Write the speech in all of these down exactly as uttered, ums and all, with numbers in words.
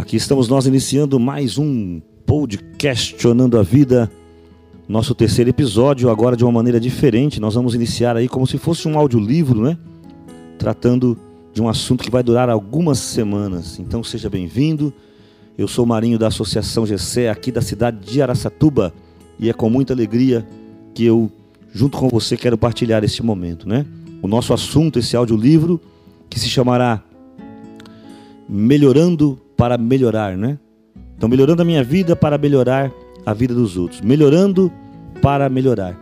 Aqui estamos nós iniciando mais um Podcastionando a Vida, nosso terceiro episódio, agora de uma maneira diferente. Nós vamos iniciar aí como se fosse um audiolivro, né? Tratando de um assunto que vai durar algumas semanas. Então seja bem-vindo. Eu sou o Marinho da Associação G C, aqui da cidade de Araçatuba, e é com muita alegria que eu, junto com você, quero partilhar este momento, né? O nosso assunto, esse audiolivro, que se chamará Melhorando para Melhorar, né? Então, melhorando a minha vida para melhorar a vida dos outros. Melhorando para melhorar.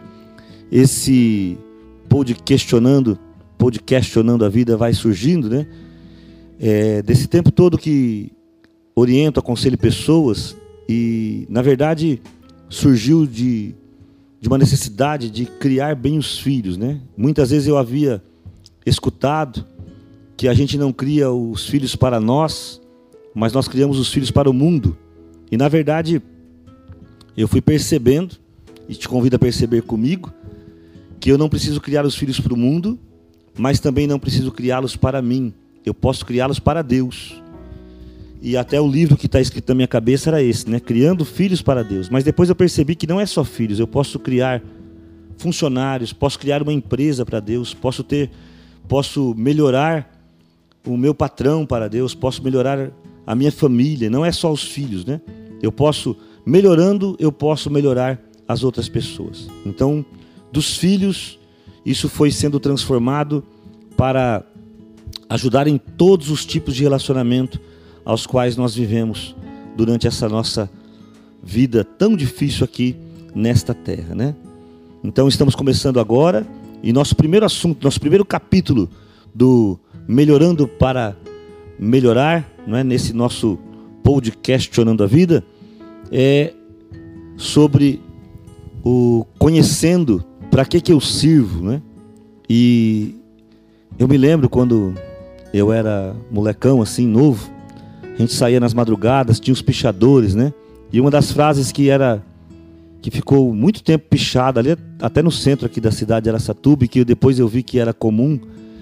Esse podcastionando, podcastionando a vida vai surgindo, né? É, desse tempo todo que oriento, aconselho pessoas e, na verdade, surgiu de, de uma necessidade de criar bem os filhos, né? Muitas vezes eu havia escutado que a gente não cria os filhos para nós, mas nós criamos os filhos para o mundo. E, na verdade, eu fui percebendo, e te convido a perceber comigo, que eu não preciso criar os filhos para o mundo, mas também não preciso criá-los para mim. Eu posso criá-los para Deus. E até o livro que está escrito na minha cabeça era esse, né? Criando filhos para Deus. Mas depois eu percebi que não é só filhos. Eu posso criar funcionários, posso criar uma empresa para Deus, posso ter, posso melhorar o meu patrão para Deus, posso melhorar a minha família. Não é só os filhos, né? Eu posso, melhorando, eu posso melhorar as outras pessoas. Então, dos filhos, isso foi sendo transformado para ajudar em todos os tipos de relacionamento aos quais nós vivemos durante essa nossa vida tão difícil aqui nesta terra, né? Então estamos começando agora, e nosso primeiro assunto, nosso primeiro capítulo do Melhorando para Melhorar, não é? Nesse nosso Podcastionando a Vida, é sobre o conhecendo para que que eu sirvo, né? E eu me lembro quando eu era molecão assim, novo, a gente saía nas madrugadas, tinha os pichadores, né? E uma das frases que era que ficou muito tempo pichada ali, até no centro aqui da cidade de Araçatuba, e que depois eu vi que era comum,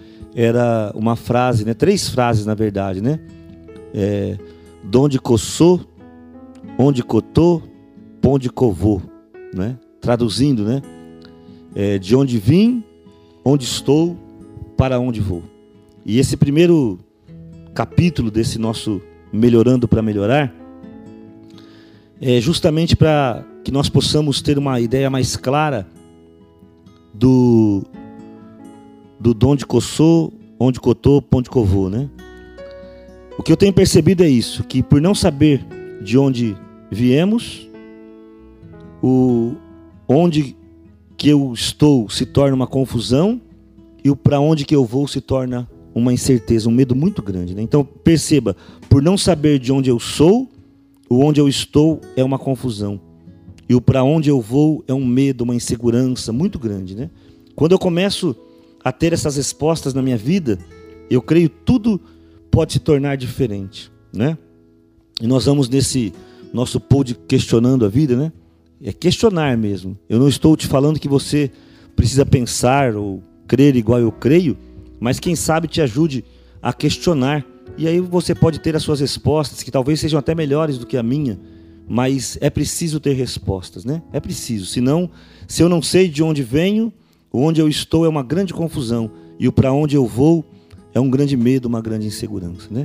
era uma frase, né? Três frases na verdade, né? É, donde coçou, onde cotou, ponde covou, né? Traduzindo, né? É, de onde vim, onde estou, para onde vou. E esse primeiro capítulo desse nosso Melhorando para Melhorar é justamente para que nós possamos ter uma ideia mais clara do do de onde coçou, onde cotou, ponde covou, né? O que eu tenho percebido é isso, que por não saber de onde viemos, o onde que eu estou se torna uma confusão e o para onde que eu vou se torna uma incerteza, um medo muito grande, né? Então perceba, por não saber de onde eu sou, o onde eu estou é uma confusão. E o para onde eu vou é um medo, uma insegurança muito grande, né? Quando eu começo a ter essas respostas na minha vida, eu creio tudo pode se tornar diferente, né? E nós vamos nesse nosso podcast questionando a vida, né? É questionar mesmo. Eu não estou te falando que você precisa pensar ou crer igual eu creio, mas quem sabe te ajude a questionar. E aí você pode ter as suas respostas, que talvez sejam até melhores do que a minha, mas é preciso ter respostas, né? É preciso, senão, se eu não sei de onde venho, onde eu estou é uma grande confusão, e o para onde eu vou é um grande medo, uma grande insegurança, né?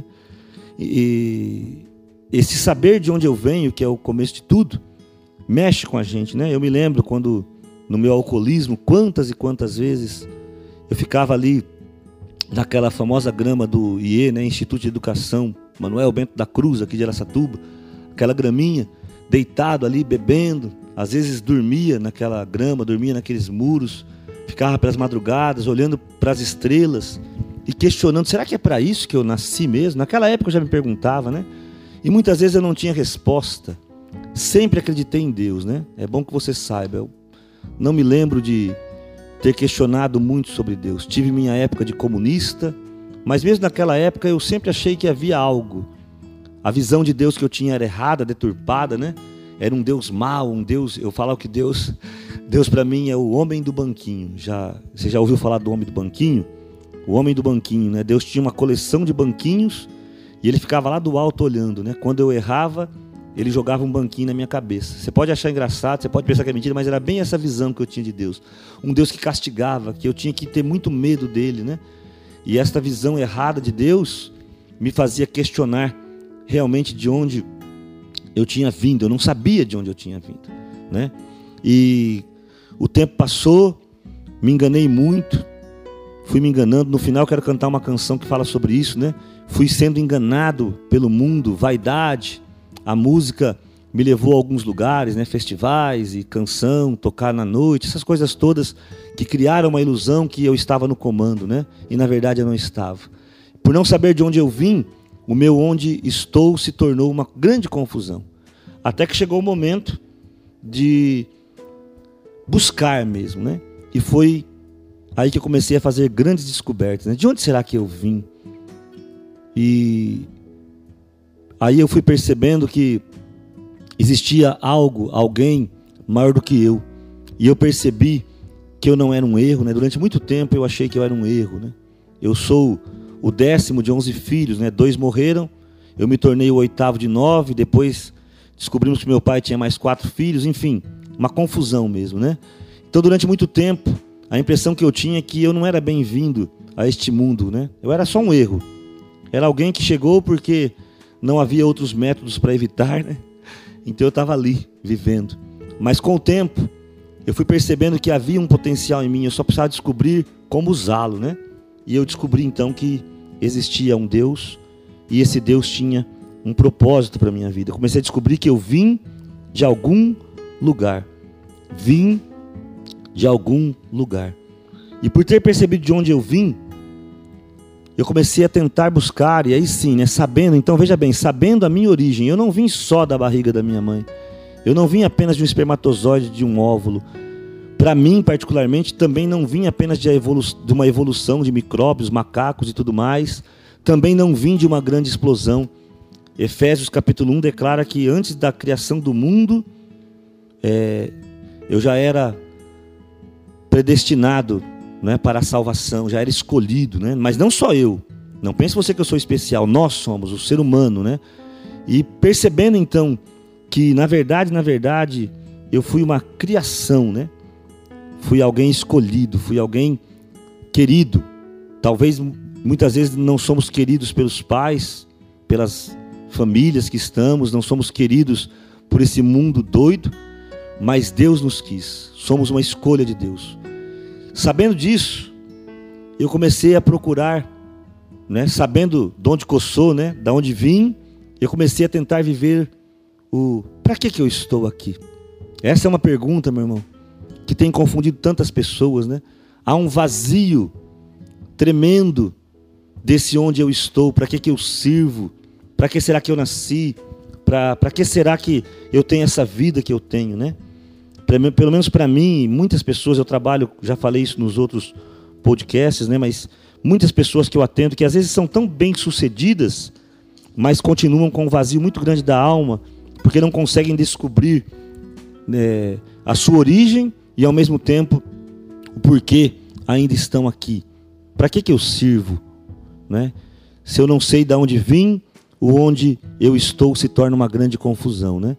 E esse saber de onde eu venho, que é o começo de tudo, mexe com a gente, né? Eu me lembro quando, no meu alcoolismo, quantas e quantas vezes eu ficava ali naquela famosa grama do I E, né, Instituto de Educação Manuel Bento da Cruz, aqui de Araçatuba, aquela graminha, deitado ali, bebendo, às vezes dormia naquela grama, dormia naqueles muros, ficava pelas madrugadas, olhando para as estrelas e questionando, será que é para isso que eu nasci mesmo? Naquela época eu já me perguntava, né? E muitas vezes eu não tinha resposta. Sempre acreditei em Deus, né? É bom que você saiba, eu não me lembro de ter questionado muito sobre Deus. Tive minha época de comunista, mas mesmo naquela época eu sempre achei que havia algo. A visão de Deus que eu tinha era errada, deturpada, né? Era um Deus mau, um Deus... Eu falo que Deus, Deus para mim é o homem do banquinho. Já, você já ouviu falar do homem do banquinho? O homem do banquinho, né? Deus tinha uma coleção de banquinhos E ele ficava lá do alto olhando, né? Quando eu errava, ele jogava um banquinho na minha cabeça. Você pode achar engraçado, você pode pensar que é mentira, mas era bem essa visão que eu tinha de Deus. Um Deus que castigava, que eu tinha que ter muito medo dele, né? E esta visão errada de Deus me fazia questionar realmente de onde eu tinha vindo. Eu não sabia de onde eu tinha vindo, né? E o tempo passou, me enganei muito, fui me enganando. No final eu quero cantar uma canção que fala sobre isso, né? Fui sendo enganado pelo mundo, vaidade. A música me levou a alguns lugares, né? Festivais e canção, tocar na noite, essas coisas todas que criaram uma ilusão que eu estava no comando, né? E na verdade eu não estava. Por não saber de onde eu vim, o meu onde estou se tornou uma grande confusão. Até que chegou o momento de buscar mesmo, né? E foi aí que eu comecei a fazer grandes descobertas, né? De onde será que eu vim? E aí eu fui percebendo que existia algo, alguém maior do que eu. E eu percebi que eu não era um erro, né? Durante muito tempo eu achei que eu era um erro, né? Eu sou o décimo de onze filhos, né? Dois morreram, eu me tornei o oitavo de nove, depois descobrimos que meu pai tinha mais quatro filhos, enfim, uma confusão mesmo, né? Então durante muito tempo, a impressão que eu tinha é que eu não era bem-vindo a este mundo, né? Eu era só um erro. Era alguém que chegou porque não havia outros métodos para evitar, né? Então eu estava ali, vivendo. Mas com o tempo, eu fui percebendo que havia um potencial em mim, eu só precisava descobrir como usá-lo, né? E eu descobri então que existia um Deus, e esse Deus tinha um propósito para a minha vida. Eu comecei a descobrir que eu vim de algum lugar. Vim de algum lugar. E por ter percebido de onde eu vim, eu comecei a tentar buscar, e aí sim, né, sabendo, então veja bem, sabendo a minha origem, eu não vim só da barriga da minha mãe, eu não vim apenas de um espermatozoide, de um óvulo. Para mim, particularmente, também não vim apenas de, evolu- de uma evolução de micróbios, macacos e tudo mais, também não vim de uma grande explosão. Efésios capítulo um declara que antes da criação do mundo, é, eu já era predestinado, né, para a salvação, já era escolhido, né? Mas não só eu, não pense você que eu sou especial, nós somos o ser humano, né? E percebendo então que na verdade, na verdade, eu fui uma criação, né? Fui alguém escolhido, fui alguém querido. Talvez muitas vezes não somos queridos pelos pais, pelas famílias que estamos, não somos queridos por esse mundo doido, mas Deus nos quis, somos uma escolha de Deus. Sabendo disso, eu comecei a procurar, né, sabendo de onde coçou, né, de onde vim, eu comecei a tentar viver o para que que eu estou aqui? Essa é uma pergunta, meu irmão, que tem confundido tantas pessoas, né? Há um vazio tremendo desse onde eu estou, para que que eu sirvo? Para que será que eu nasci? Para para que será que eu tenho essa vida que eu tenho, né? Pelo menos para mim, muitas pessoas, eu trabalho, já falei isso nos outros podcasts, né? Mas muitas pessoas que eu atendo, que às vezes são tão bem sucedidas, mas continuam com um vazio muito grande da alma, porque não conseguem descobrir, né, a sua origem e ao mesmo tempo o porquê ainda estão aqui. Para que que eu sirvo, né? Se eu não sei de onde vim, o onde eu estou se torna uma grande confusão, né?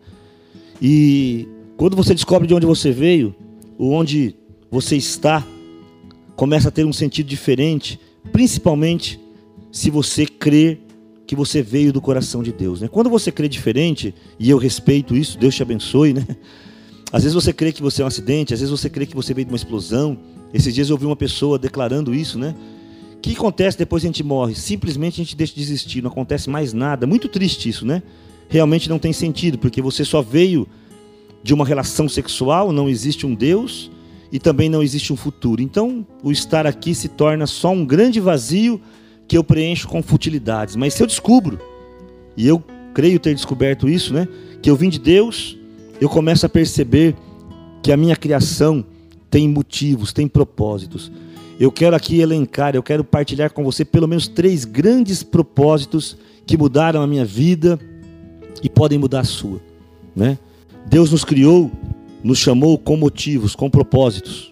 E quando você descobre de onde você veio, o onde você está começa a ter um sentido diferente, principalmente se você crê que você veio do coração de Deus, né? Quando você crê diferente, e eu respeito isso, Deus te abençoe, né? Às vezes você crê que você é um acidente, às vezes você crê que você veio de uma explosão. Esses dias eu ouvi uma pessoa declarando isso, né? O que acontece depois que a gente morre? Simplesmente a gente deixa de existir, não acontece mais nada. Muito triste isso, né? Realmente não tem sentido, porque você só veio de uma relação sexual, não existe um Deus e também não existe um futuro. Então, o estar aqui se torna só um grande vazio que eu preencho com futilidades. Mas se eu descubro, e eu creio ter descoberto isso, né? Que eu vim de Deus, eu começo a perceber que a minha criação tem motivos, tem propósitos. Eu quero aqui elencar, eu quero partilhar com você pelo menos três grandes propósitos que mudaram a minha vida e podem mudar a sua, né? Deus nos criou, nos chamou com motivos, com propósitos.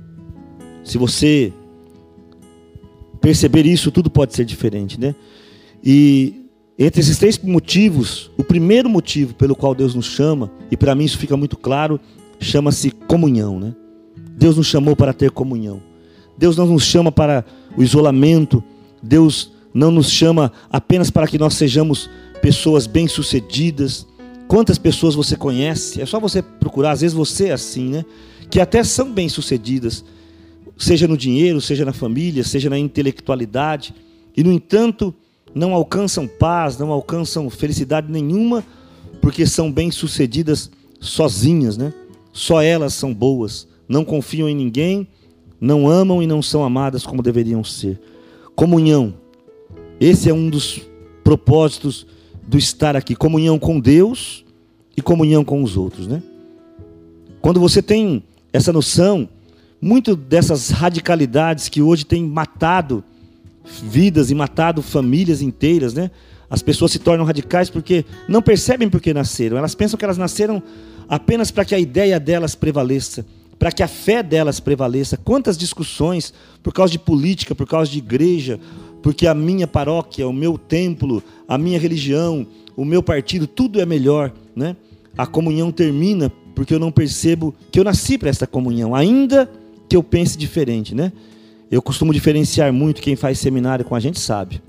Se você perceber isso, tudo pode ser diferente, né? E Entre esses três motivos, o primeiro motivo pelo qual Deus nos chama, e para mim isso fica muito claro, chama-se comunhão, né? Deus nos chamou para ter comunhão. Deus não nos chama para o isolamento. Deus não nos chama apenas para que nós sejamos pessoas bem-sucedidas. Quantas pessoas você conhece? É só você procurar, às vezes você é assim, né? Que até são bem-sucedidas, seja no dinheiro, seja na família, seja na intelectualidade, e no entanto não alcançam paz, não alcançam felicidade nenhuma, porque são bem-sucedidas sozinhas, né? Só elas são boas, não confiam em ninguém, não amam e não são amadas como deveriam ser. Comunhão, esse é um dos propósitos do estar aqui, comunhão com Deus e comunhão com os outros, né? Quando você tem essa noção, muito dessas radicalidades que hoje têm matado vidas e matado famílias inteiras, né? As pessoas se tornam radicais porque não percebem por que nasceram. Elas pensam que elas nasceram apenas para que a ideia delas prevaleça, para que a fé delas prevaleça. Quantas discussões por causa de política, por causa de igreja, porque a minha paróquia, o meu templo, a minha religião, o meu partido, tudo é melhor, né? A comunhão termina porque eu não percebo que eu nasci para essa comunhão, ainda que eu pense diferente, né? Eu costumo diferenciar muito, quem faz seminário com a gente sabe.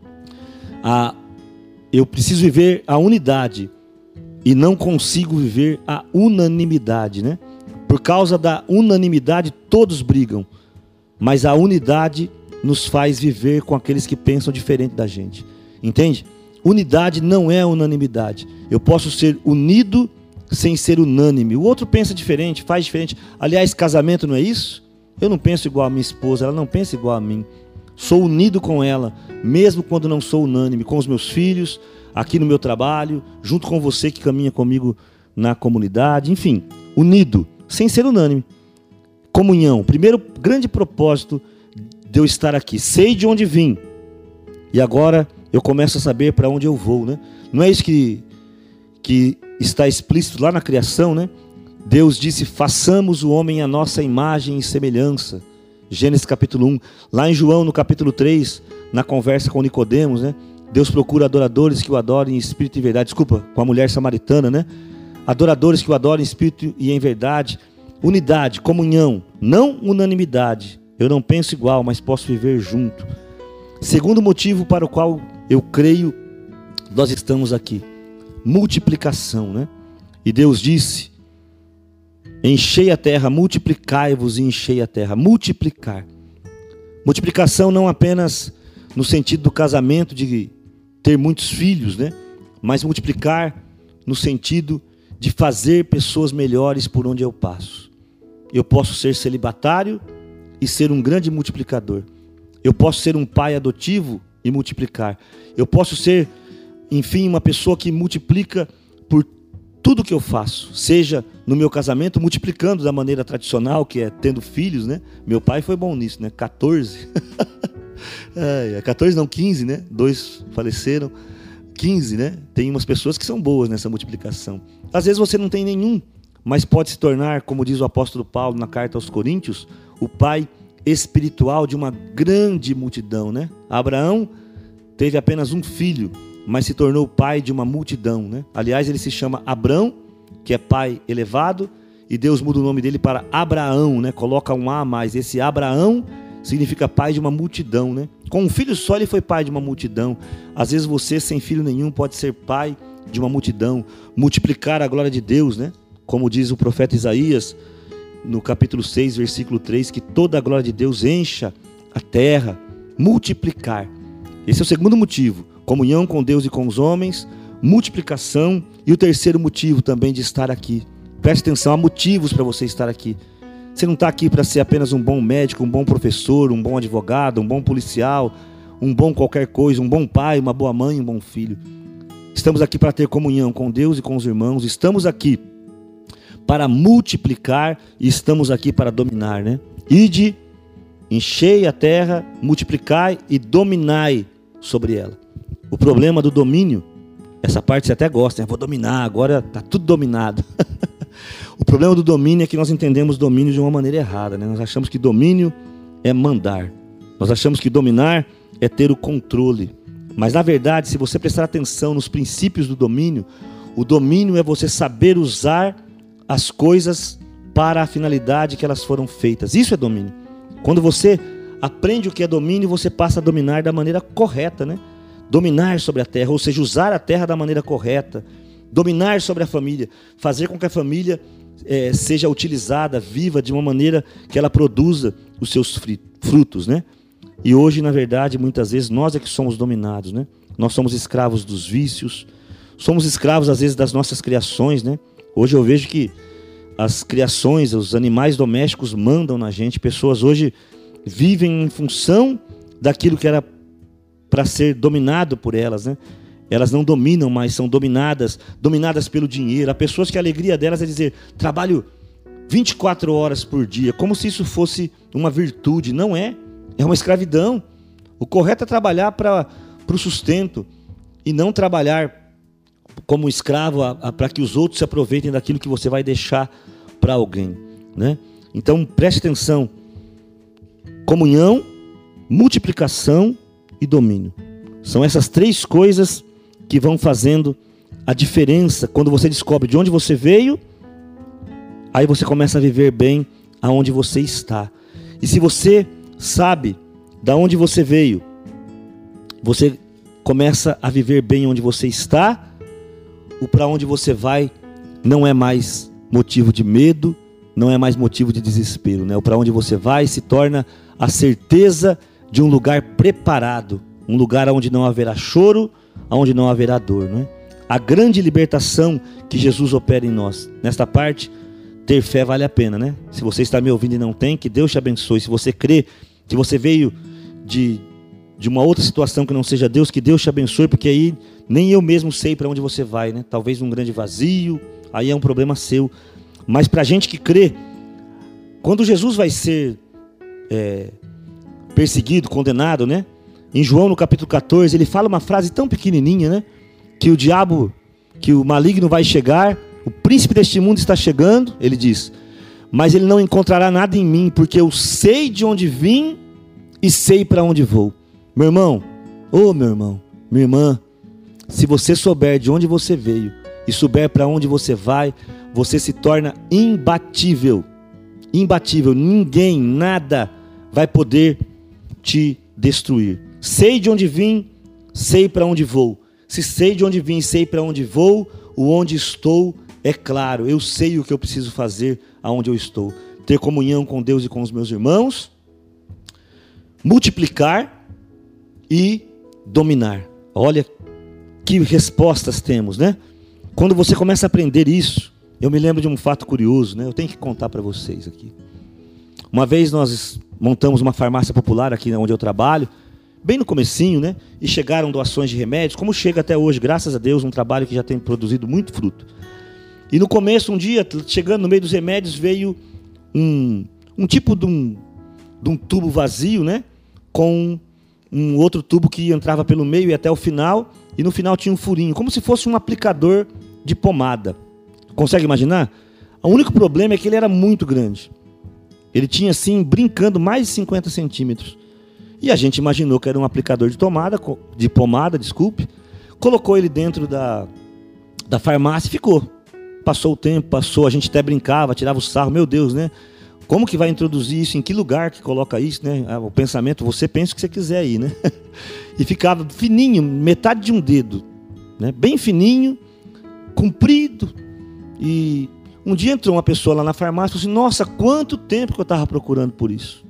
A, eu preciso viver a unidade e não consigo viver a unanimidade, né? Por causa da unanimidade todos brigam, mas a unidade nos faz viver com aqueles que pensam diferente da gente, entende? Unidade não é unanimidade. Eu posso ser unido sem ser unânime. O outro pensa diferente, faz diferente. Aliás, casamento não é isso? Eu não penso igual a minha esposa, ela não pensa igual a mim. Sou unido com ela, mesmo quando não sou unânime, com os meus filhos, aqui no meu trabalho, junto com você que caminha comigo na comunidade, enfim, unido, sem ser unânime. Comunhão, primeiro grande propósito de eu estar aqui. Sei de onde vim e agora eu começo a saber para onde eu vou, né? Não é isso que, que está explícito lá na criação, né? Deus disse, façamos o homem à nossa imagem e semelhança. Gênesis capítulo um. Lá em João, no capítulo três, na conversa com Nicodemos, né? Deus procura adoradores que o adorem em espírito e verdade. Desculpa, com a mulher samaritana, né? Adoradores que o adorem em espírito e em verdade. Unidade, comunhão, não unanimidade. Eu não penso igual, mas posso viver junto. Segundo motivo para o qual eu creio nós estamos aqui. Multiplicação, né? E Deus disse, enchei a terra, multiplicai-vos e enchei a terra. Multiplicar. Multiplicação não apenas no sentido do casamento, de ter muitos filhos, né? Mas multiplicar no sentido de fazer pessoas melhores por onde eu passo. Eu posso ser celibatário e ser um grande multiplicador. Eu posso ser um pai adotivo e multiplicar. Eu posso ser, enfim, uma pessoa que multiplica por tudo que eu faço. Seja no meu casamento, multiplicando da maneira tradicional, que é tendo filhos, né? Meu pai foi bom nisso, né? quatorze. é, quatorze não, quinze, né? Dois faleceram. quinze, né? Tem umas pessoas que são boas nessa multiplicação. Às vezes você não tem nenhum, mas pode se tornar, como diz o apóstolo Paulo na carta aos Coríntios, o pai espiritual de uma grande multidão, né? Abraão teve apenas um filho, mas se tornou pai de uma multidão, né? Aliás, ele se chama Abrão, que é pai elevado, e Deus muda o nome dele para Abraão, né? Coloca um A a mais. Esse Abraão significa pai de uma multidão, né? Com um filho só ele foi pai de uma multidão. Às vezes você, sem filho nenhum, pode ser pai de uma multidão, multiplicar a glória de Deus, né? Como diz o profeta Isaías, no capítulo seis, versículo três, que toda a glória de Deus encha a terra, multiplicar. Esse é o segundo motivo, comunhão com Deus e com os homens, multiplicação. E o terceiro motivo também de estar aqui. Preste atenção, há motivos para você estar aqui. Você não está aqui para ser apenas um bom médico, um bom professor, um bom advogado, um bom policial, um bom qualquer coisa, um bom pai, uma boa mãe, um bom filho. Estamos aqui para ter comunhão com Deus e com os irmãos. Estamos aqui para multiplicar e estamos aqui para dominar, né? Ide, enchei a terra, multiplicai e dominai sobre ela. O problema do domínio, essa parte você até gosta, né? Vou dominar, agora está tudo dominado. O problema do domínio é que nós entendemos domínio de uma maneira errada, né? Nós achamos que domínio é mandar. Nós achamos que dominar é ter o controle. Mas na verdade, se você prestar atenção nos princípios do domínio, o domínio é você saber usar as coisas para a finalidade que elas foram feitas. Isso é domínio. Quando você aprende o que é domínio, você passa a dominar da maneira correta, né? Dominar sobre a terra, ou seja, usar a terra da maneira correta. Dominar sobre a família, fazer com que a família é, seja utilizada, viva, de uma maneira que ela produza os seus frutos, né? E hoje, na verdade, muitas vezes, nós é que somos dominados, né? Nós somos escravos dos vícios, somos escravos, às vezes, das nossas criações, né? Hoje eu vejo que as criações, os animais domésticos mandam na gente. Pessoas hoje vivem em função daquilo que era para ser dominado por elas, né? Elas não dominam mais, são dominadas, dominadas pelo dinheiro. Há pessoas que a alegria delas é dizer, trabalho vinte e quatro horas por dia, como se isso fosse uma virtude. Não é, é uma escravidão. O correto é trabalhar para o sustento e não trabalhar como escravo para que os outros se aproveitem daquilo que você vai deixar para alguém, né? Então preste atenção, comunhão, multiplicação e domínio. São essas três coisas que vão fazendo a diferença. Quando você descobre de onde você veio, aí você começa a viver bem aonde você está. E se você sabe de onde você veio, você começa a viver bem onde você está, o para onde você vai não é mais motivo de medo, não é mais motivo de desespero, né? O para onde você vai se torna a certeza de um lugar preparado, um lugar onde não haverá choro, onde não haverá dor, né? A grande libertação que Jesus opera em nós. Nesta parte, ter fé vale a pena, né? Se você está me ouvindo e não tem, que Deus te abençoe. Se você crê que você veio de, de uma outra situação que não seja Deus, que Deus te abençoe, porque aí nem eu mesmo sei para onde você vai, né? Talvez um grande vazio, aí é um problema seu. Mas para a gente que crê, quando Jesus vai ser é, perseguido, condenado, né? Em João no capítulo quatorze, ele fala uma frase tão pequenininha, né? Que o diabo, que o maligno vai chegar, o príncipe deste mundo está chegando, ele diz, mas ele não encontrará nada em mim, porque eu sei de onde vim e sei para onde vou. Meu irmão, ô oh, meu irmão, minha irmã, se você souber de onde você veio e souber para onde você vai, você se torna imbatível. Imbatível. Ninguém, nada vai poder te destruir. Sei de onde vim, sei para onde vou. Se sei de onde vim e sei para onde vou, o onde estou é claro. Eu sei o que eu preciso fazer aonde eu estou. Ter comunhão com Deus e com os meus irmãos, multiplicar e dominar. Olha que respostas temos, né? Quando você começa a aprender isso, eu me lembro de um fato curioso, né? Eu tenho que contar para vocês aqui. Uma vez nós montamos uma farmácia popular aqui onde eu trabalho, bem no comecinho, né? E chegaram doações de remédios, como chega até hoje, graças a Deus, um trabalho que já tem produzido muito fruto. E no começo, um dia, chegando no meio dos remédios, veio um, um tipo de um, de um tubo vazio, né? Com um outro tubo que entrava pelo meio e até o final, e no final tinha um furinho, como se fosse um aplicador de pomada. Consegue imaginar? O único problema é que ele era muito grande. Ele tinha, assim, brincando, mais de cinquenta centímetros. E a gente imaginou que era um aplicador de tomada, de pomada, desculpe. Colocou ele dentro da, da farmácia e ficou. Passou o tempo, passou, a gente até brincava, tirava o sarro. Meu Deus, né? Como que vai introduzir isso? Em que lugar que coloca isso, né? O pensamento, você pensa o que você quiser aí, né? E ficava fininho, metade de um dedo, né? Bem fininho, comprido. E um dia entrou uma pessoa lá na farmácia e falou assim, nossa, quanto tempo que eu estava procurando por isso.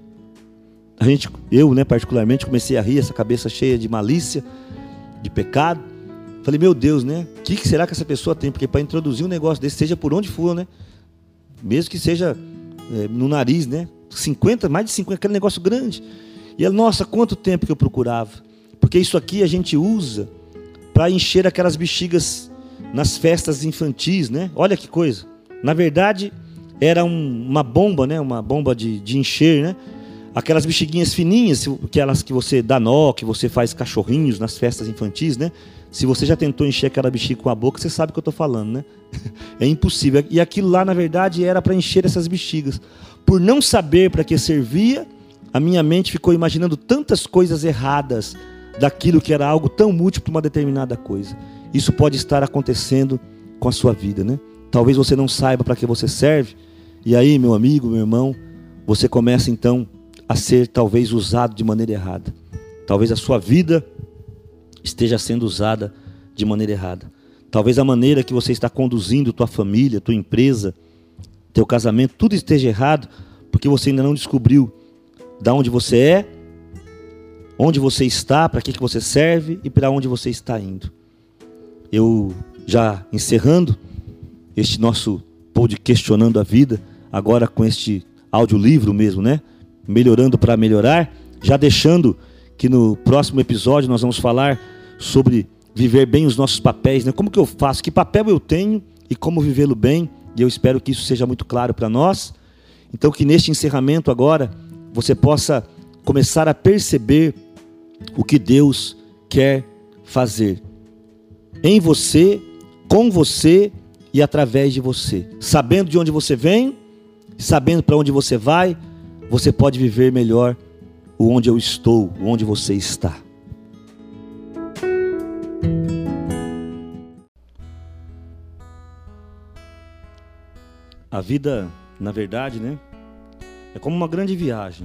A gente, eu, né, particularmente, comecei a rir, essa cabeça cheia de malícia, de pecado. Falei, meu Deus, né? O que será que essa pessoa tem? Porque para introduzir um negócio desse, seja por onde for, né? Mesmo que seja é, no nariz, né? cinquenta, mais de cinquenta, aquele negócio grande. E ela, nossa, quanto tempo que eu procurava. Porque isso aqui a gente usa para encher aquelas bexigas nas festas infantis, né? Olha que coisa. Na verdade, era um, uma bomba, né? Uma bomba de, de encher, né? Aquelas bexiguinhas fininhas, aquelas que você dá nó, que você faz cachorrinhos nas festas infantis, né? Se você já tentou encher aquela bexiga com a boca, você sabe o que eu estou falando, né? É impossível. E aquilo lá, na verdade, era para encher essas bexigas. Por não saber para que servia, a minha mente ficou imaginando tantas coisas erradas daquilo que era algo tão útil para uma determinada coisa. Isso pode estar acontecendo com a sua vida, né? Talvez você não saiba para que você serve, e aí, meu amigo, meu irmão, você começa então a ser talvez usado de maneira errada. Talvez a sua vida esteja sendo usada de maneira errada. Talvez a maneira que você está conduzindo tua família, tua empresa, teu casamento, tudo esteja errado, porque você ainda não descobriu de onde você é, onde você está, para que você serve e para onde você está indo. Eu, já encerrando este nosso podcast Questionando a Vida, agora com este audiolivro mesmo, né? Melhorando para melhorar, já deixando que no próximo episódio nós vamos falar sobre viver bem os nossos papéis, né? Como que eu faço, que papel eu tenho e como vivê-lo bem, e eu espero que isso seja muito claro para nós. Então que neste encerramento agora você possa começar a perceber o que Deus quer fazer em você, com você e através de você. Sabendo de onde você vem, sabendo para onde você vai, você pode viver melhor o onde eu estou, o onde você está. A vida, na verdade, né, é como uma grande viagem.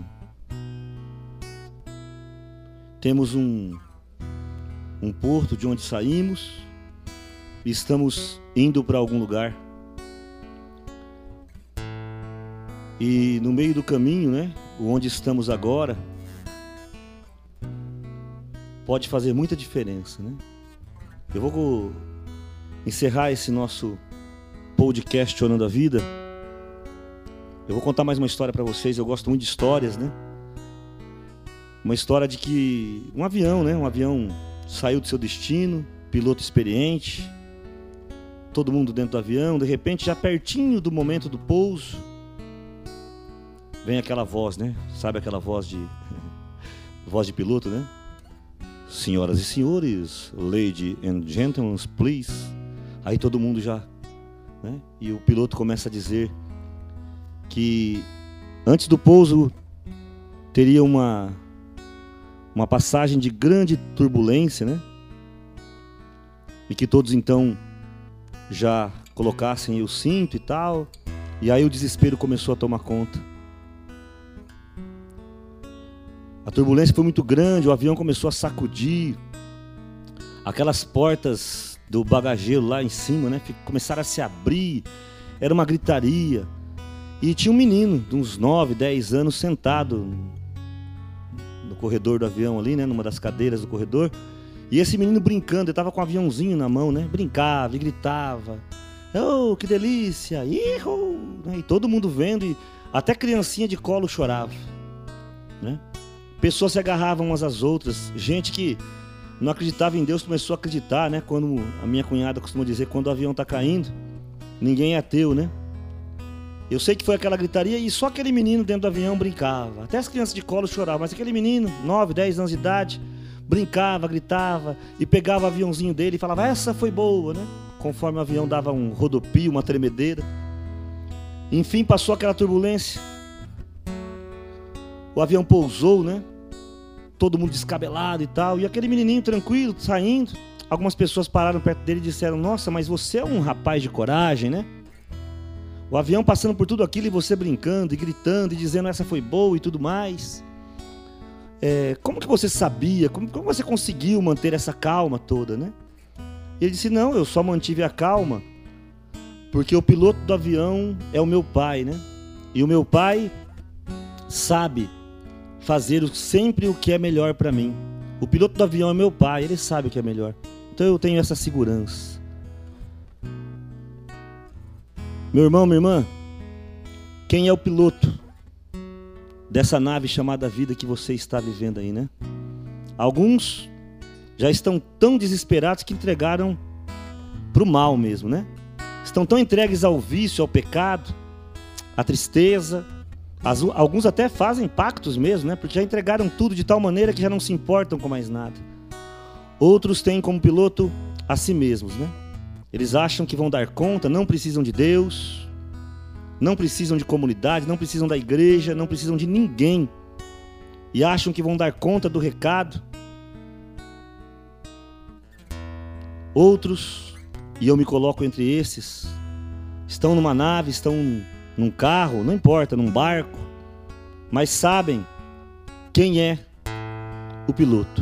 Temos um, um porto de onde saímos e estamos indo para algum lugar. E no meio do caminho, né, onde estamos agora, pode fazer muita diferença, né? Eu vou encerrar esse nosso podcast Questionando a Vida. Eu vou contar mais uma história para vocês. Eu gosto muito de histórias, né? Uma história de que um avião, né? Um avião saiu do seu destino, piloto experiente, todo mundo dentro do avião. De repente, já pertinho do momento do pouso, vem aquela voz, né? Sabe aquela voz de voz de piloto, né? Senhoras e senhores, ladies and gentlemen, please. Aí todo mundo já, né? E o piloto começa a dizer que antes do pouso teria uma uma passagem de grande turbulência, né? E que todos então já colocassem o cinto e tal. E aí o desespero começou a tomar conta. A turbulência foi muito grande, o avião começou a sacudir. Aquelas portas do bagageiro lá em cima, né, começaram a se abrir. Era uma gritaria. E tinha um menino de uns nove, dez anos sentado no corredor do avião ali, né, numa das cadeiras do corredor. E esse menino brincando, ele estava com um aviãozinho na mão, né? Brincava e gritava. Oh, que delícia! Ihu! E todo mundo vendo, e até criancinha de colo chorava, né? Pessoas se agarravam umas às outras. Gente que não acreditava em Deus começou a acreditar, né? Quando a minha cunhada costuma dizer, quando o avião está caindo, ninguém é ateu, né? Eu sei que foi aquela gritaria e só aquele menino dentro do avião brincava. Até as crianças de colo choravam, mas aquele menino, nove, dez anos de idade, brincava, gritava e pegava o aviãozinho dele e falava, essa foi boa, né? Conforme o avião dava um rodopio, uma tremedeira. Enfim, passou aquela turbulência. O avião pousou, né? Todo mundo descabelado e tal. E aquele menininho tranquilo, saindo. Algumas pessoas pararam perto dele e disseram, nossa, mas você é um rapaz de coragem, né? O avião passando por tudo aquilo e você brincando e gritando e dizendo essa foi boa e tudo mais. É, como que você sabia? Como, como você conseguiu manter essa calma toda, né? E ele disse, não, eu só mantive a calma porque o piloto do avião é o meu pai, né? E o meu pai sabe fazer sempre o que é melhor para mim. O piloto do avião é meu pai, ele sabe o que é melhor. Então eu tenho essa segurança. Meu irmão, minha irmã, quem é o piloto dessa nave chamada vida que você está vivendo aí, né? Alguns já estão tão desesperados que entregaram para o mal mesmo, né? Estão tão entregues ao vício, ao pecado, à tristeza. As, alguns até fazem pactos mesmo, né? Porque já entregaram tudo de tal maneira que já não se importam com mais nada. Outros têm como piloto a si mesmos, né? Eles acham que vão dar conta, não precisam de Deus, não precisam de comunidade, não precisam da igreja, não precisam de ninguém. E acham que vão dar conta do recado. Outros, e eu me coloco entre esses, estão numa nave, estão num carro, não importa, num barco, mas sabem quem é o piloto.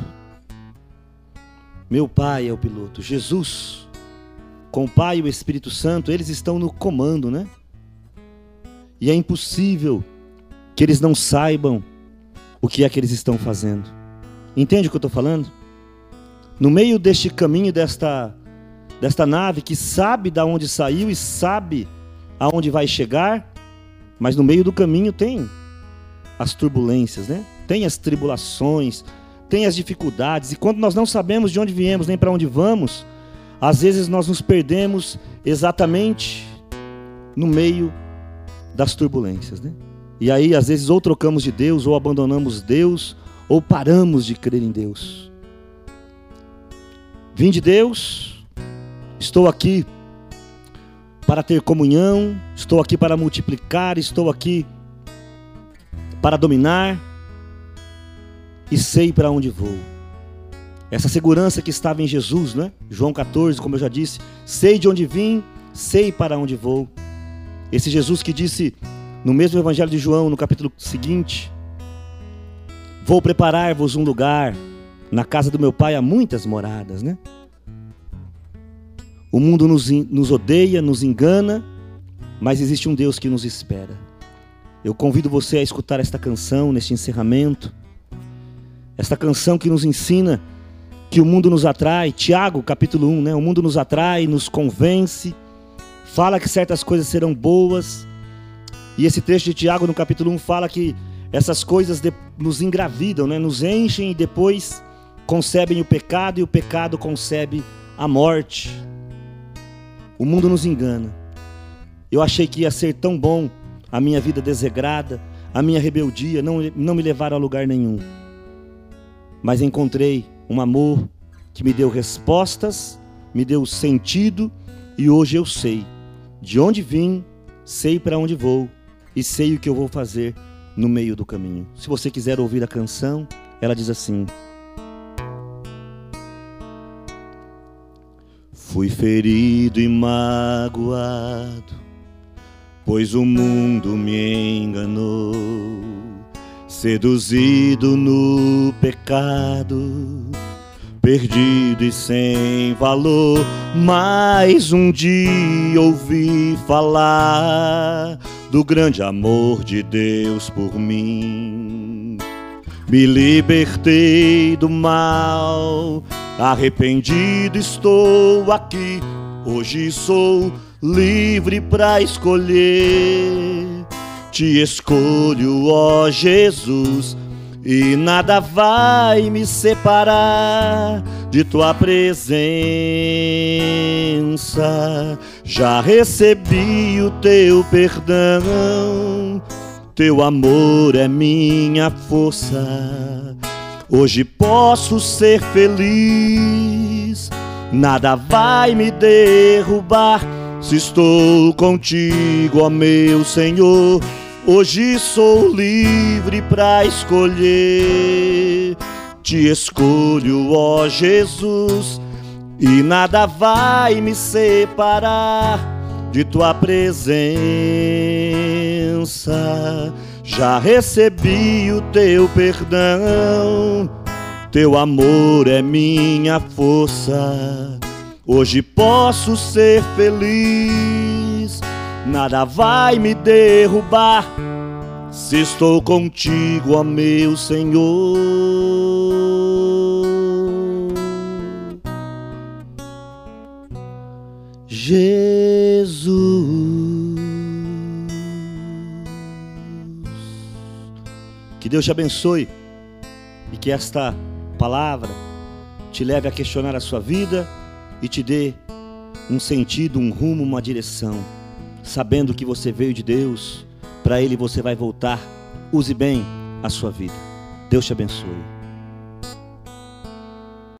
Meu Pai é o piloto. Jesus, com o Pai e o Espírito Santo, eles estão no comando, né? E é impossível que eles não saibam o que é que eles estão fazendo. Entende o que eu estou falando? No meio deste caminho, desta, desta nave que sabe de onde saiu e sabe aonde vai chegar, mas no meio do caminho tem as turbulências, né? Tem as tribulações, tem as dificuldades. E quando nós não sabemos de onde viemos nem para onde vamos, às vezes nós nos perdemos exatamente no meio das turbulências, né? E aí às vezes ou trocamos de Deus, ou abandonamos Deus, ou paramos de crer em Deus. Vim de Deus, estou aqui para ter comunhão, estou aqui para multiplicar, estou aqui para dominar e sei para onde vou. Essa segurança que estava em Jesus, né? João quatorze, como eu já disse, sei de onde vim, sei para onde vou. Esse Jesus que disse no mesmo Evangelho de João, no capítulo seguinte: vou preparar-vos um lugar, na casa do meu Pai há muitas moradas, né? O mundo nos, nos odeia, nos engana, mas existe um Deus que nos espera. Eu convido você a escutar esta canção neste encerramento. Esta canção que nos ensina que o mundo nos atrai. Tiago, capítulo um, né? O mundo nos atrai, nos convence, fala que certas coisas serão boas. E esse trecho de Tiago, no capítulo um, fala que essas coisas de, nos engravidam, né? Nos enchem e depois concebem o pecado, e o pecado concebe a morte. O mundo nos engana. Eu achei que ia ser tão bom a minha vida desregrada, a minha rebeldia, não, não me levar a lugar nenhum. Mas encontrei um amor que me deu respostas, me deu sentido, e hoje eu sei de onde vim, sei para onde vou e sei o que eu vou fazer no meio do caminho. Se você quiser ouvir a canção, ela diz assim: fui ferido e magoado, pois o mundo me enganou, seduzido no pecado, perdido e sem valor. Mas um dia ouvi falar do grande amor de Deus por mim. Me libertei do mal, arrependido estou aqui. Hoje sou livre para escolher. Te escolho, ó Jesus, e nada vai me separar de tua presença. Já recebi o teu perdão, teu amor é minha força. Hoje posso ser feliz, nada vai me derrubar. Se estou contigo, ó meu Senhor, hoje sou livre para escolher. Te escolho, ó Jesus, e nada vai me separar de tua presença. Já recebi o teu perdão, teu amor é minha força. Hoje posso ser feliz, nada vai me derrubar. Se estou contigo, ó meu Senhor. Jesus. Que Deus te abençoe e que esta palavra te leve a questionar a sua vida e te dê um sentido, um rumo, uma direção, sabendo que você veio de Deus, para Ele você vai voltar. Use bem a sua vida. Deus te abençoe.